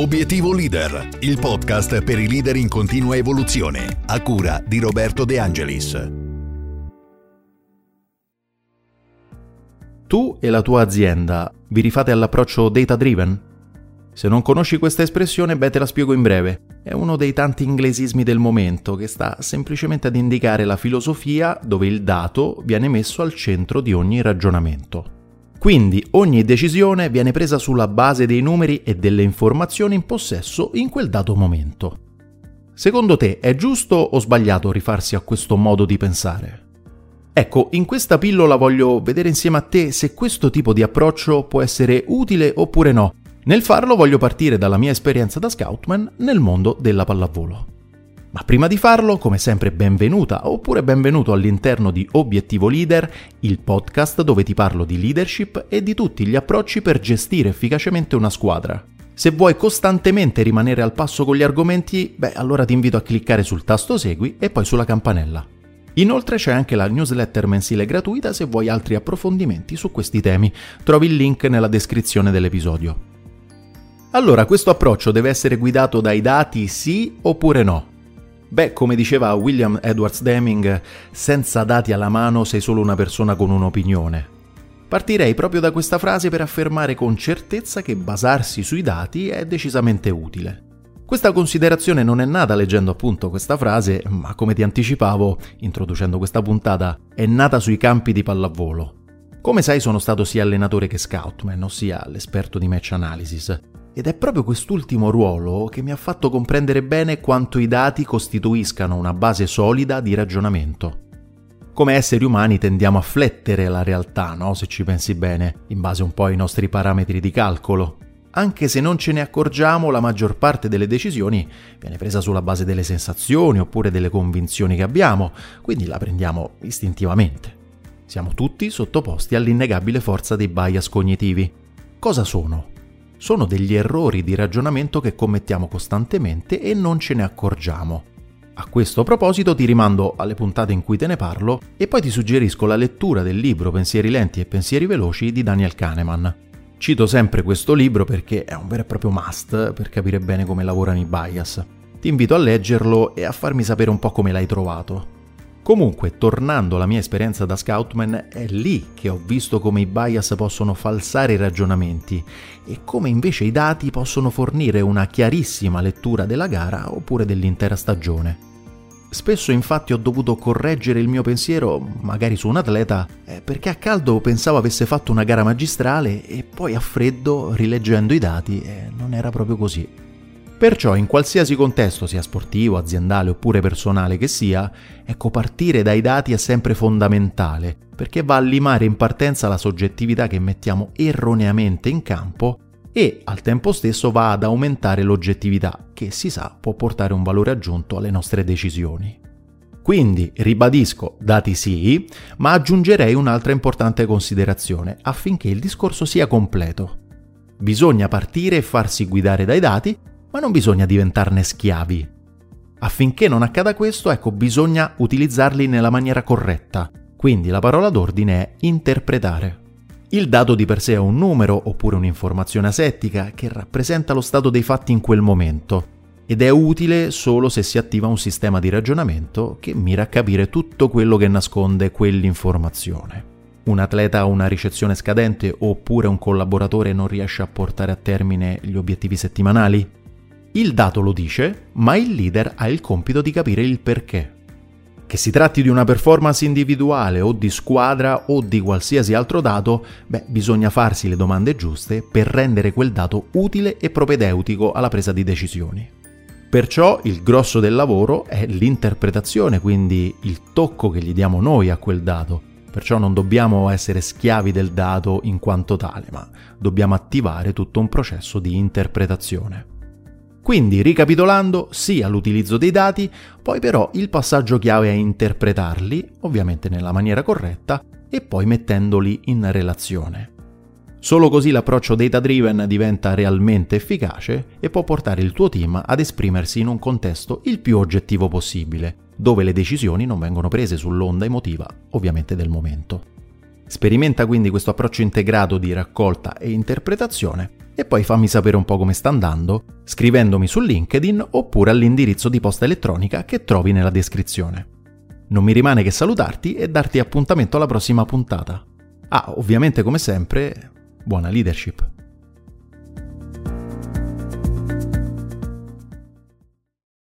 Obiettivo Leader, il podcast per i leader in continua evoluzione, a cura di Roberto De Angelis. Tu e la tua azienda vi rifate all'approccio data driven? Se non conosci questa espressione, te la spiego in breve. È uno dei tanti inglesismi del momento che sta semplicemente ad indicare la filosofia dove il dato viene messo al centro di ogni ragionamento. Quindi ogni decisione viene presa sulla base dei numeri e delle informazioni in possesso in quel dato momento. Secondo te è giusto o sbagliato rifarsi a questo modo di pensare? Ecco, in questa pillola voglio vedere insieme a te se questo tipo di approccio può essere utile oppure no. Nel farlo voglio partire dalla mia esperienza da scoutman nel mondo della pallavolo. Ma prima di farlo, come sempre, benvenuta oppure benvenuto all'interno di Obiettivo Leader, il podcast dove ti parlo di leadership e di tutti gli approcci per gestire efficacemente una squadra. Se vuoi costantemente rimanere al passo con gli argomenti, allora ti invito a cliccare sul tasto segui e poi sulla campanella. Inoltre c'è anche la newsletter mensile gratuita se vuoi altri approfondimenti su questi temi. Trovi il link nella descrizione dell'episodio. Allora, questo approccio deve essere guidato dai dati, sì oppure no? Come diceva William Edwards Deming, senza dati alla mano sei solo una persona con un'opinione. Partirei proprio da questa frase per affermare con certezza che basarsi sui dati è decisamente utile. Questa considerazione non è nata leggendo appunto questa frase, ma come ti anticipavo, introducendo questa puntata, è nata sui campi di pallavolo. Come sai sono stato sia allenatore che scoutman, ossia l'esperto di match analysis. Ed è proprio quest'ultimo ruolo che mi ha fatto comprendere bene quanto i dati costituiscano una base solida di ragionamento. Come esseri umani tendiamo a flettere la realtà, no? Se ci pensi bene, in base un po' ai nostri parametri di calcolo. Anche se non ce ne accorgiamo, la maggior parte delle decisioni viene presa sulla base delle sensazioni oppure delle convinzioni che abbiamo, quindi la prendiamo istintivamente. Siamo tutti sottoposti all'innegabile forza dei bias cognitivi. Cosa sono? Sono degli errori di ragionamento che commettiamo costantemente e non ce ne accorgiamo. A questo proposito ti rimando alle puntate in cui te ne parlo e poi ti suggerisco la lettura del libro Pensieri lenti e pensieri veloci di Daniel Kahneman. Cito sempre questo libro perché è un vero e proprio must per capire bene come lavorano i bias. Ti invito a leggerlo e a farmi sapere un po' come l'hai trovato. Comunque, tornando alla mia esperienza da scoutman, è lì che ho visto come i bias possono falsare i ragionamenti e come invece i dati possono fornire una chiarissima lettura della gara oppure dell'intera stagione. Spesso infatti ho dovuto correggere il mio pensiero, magari su un atleta, perché a caldo pensavo avesse fatto una gara magistrale e poi a freddo, rileggendo i dati, non era proprio così. Perciò in qualsiasi contesto, sia sportivo, aziendale oppure personale che sia, partire dai dati è sempre fondamentale, perché va a limare in partenza la soggettività che mettiamo erroneamente in campo e al tempo stesso va ad aumentare l'oggettività, che si sa può portare un valore aggiunto alle nostre decisioni. Quindi, ribadisco, dati sì, ma aggiungerei un'altra importante considerazione affinché il discorso sia completo. Bisogna partire e farsi guidare dai dati, ma non bisogna diventarne schiavi. Affinché non accada questo, bisogna utilizzarli nella maniera corretta. Quindi la parola d'ordine è interpretare. Il dato di per sé è un numero oppure un'informazione asettica che rappresenta lo stato dei fatti in quel momento ed è utile solo se si attiva un sistema di ragionamento che mira a capire tutto quello che nasconde quell'informazione. Un atleta ha una ricezione scadente oppure un collaboratore non riesce a portare a termine gli obiettivi settimanali? Il dato lo dice, ma il leader ha il compito di capire il perché. Che si tratti di una performance individuale o di squadra o di qualsiasi altro dato, bisogna farsi le domande giuste per rendere quel dato utile e propedeutico alla presa di decisioni. Perciò il grosso del lavoro è l'interpretazione, quindi il tocco che gli diamo noi a quel dato. Perciò non dobbiamo essere schiavi del dato in quanto tale, ma dobbiamo attivare tutto un processo di interpretazione. Quindi, ricapitolando, sì all'utilizzo dei dati, poi però il passaggio chiave è interpretarli, ovviamente nella maniera corretta, e poi mettendoli in relazione. Solo così l'approccio data-driven diventa realmente efficace e può portare il tuo team ad esprimersi in un contesto il più oggettivo possibile, dove le decisioni non vengono prese sull'onda emotiva, ovviamente del momento. Sperimenta quindi questo approccio integrato di raccolta e interpretazione e poi fammi sapere un po' come sta andando, scrivendomi su LinkedIn oppure all'indirizzo di posta elettronica che trovi nella descrizione. Non mi rimane che salutarti e darti appuntamento alla prossima puntata. Ovviamente come sempre, buona leadership!